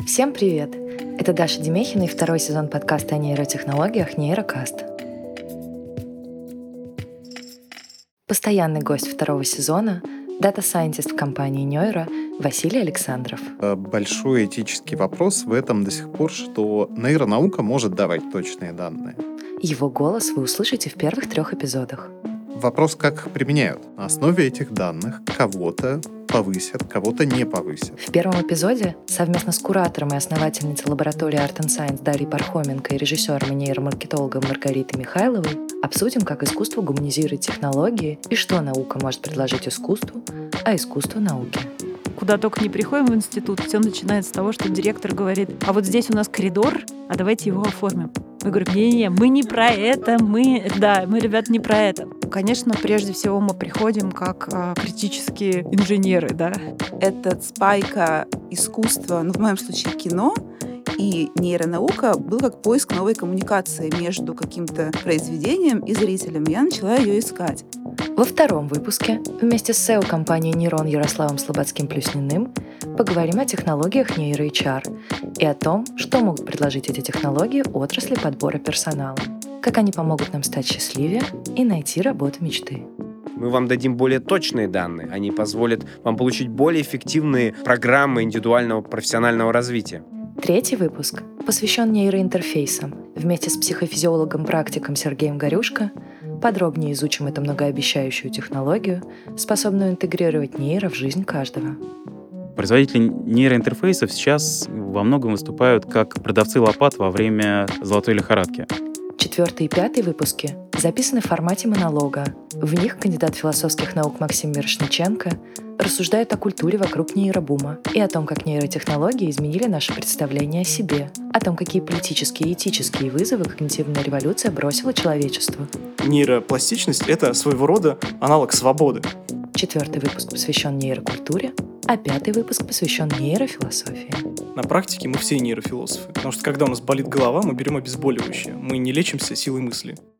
Всем привет! Это Даша Демехина и второй сезон подкаста о нейротехнологиях «Нейрокаст». Постоянный гость второго сезона — дата-сайентист в компании Нейро Василий Александров. Большой этический вопрос в этом до сих пор, что нейронаука может давать точные данные. Его голос вы услышите в первых 3 эпизодах. Вопрос, как их применяют. На основе этих данных кого-то повысят, кого-то не повысят. В первом эпизоде совместно с куратором и основательницей лаборатории Art and Science Дарьей Пархоменко и режиссером и нейромаркетологом Маргаритой Михайловой обсудим, как искусство гуманизирует технологии и что наука может предложить искусству, а искусство — науке. Куда только не приходим в институт, все начинается с того, что директор говорит: а вот здесь у нас коридор, а давайте его оформим. Мы говорим: не-не, мы не про это, мы, ребята, не про это. Конечно, прежде всего мы приходим как критические инженеры, да. Этот спайка искусства, в моем случае кино, и нейронаука был как поиск новой коммуникации между каким-то произведением и зрителем. Я начала ее искать. Во втором выпуске вместе с SEO компании Нейрон Ярославом Слободским-Плюсниным поговорим о технологиях нейро-HR и о том, что могут предложить эти технологии отрасли подбора персонала, как они помогут нам стать счастливее и найти работу мечты. Мы вам дадим более точные данные, они позволят вам получить более эффективные программы индивидуального профессионального развития. Третий выпуск посвящен нейроинтерфейсам. Вместе с психофизиологом-практиком Сергеем Горюшко подробнее изучим эту многообещающую технологию, способную интегрировать нейро в жизнь каждого. Производители нейроинтерфейсов сейчас во многом выступают как продавцы лопат во время золотой лихорадки. 4 и 5 выпуски записаны в формате монолога. В них кандидат философских наук Максим Мирошниченко рассуждает о культуре вокруг нейробума и о том, как нейротехнологии изменили наше представление о себе, о том, какие политические и этические вызовы когнитивная революция бросила человечеству. Нейропластичность — это своего рода аналог свободы. 4 выпуск посвящен нейрокультуре, а 5 выпуск посвящен нейрофилософии. На практике мы все нейрофилософы, потому что когда у нас болит голова, мы берем обезболивающее. Мы не лечимся силой мысли.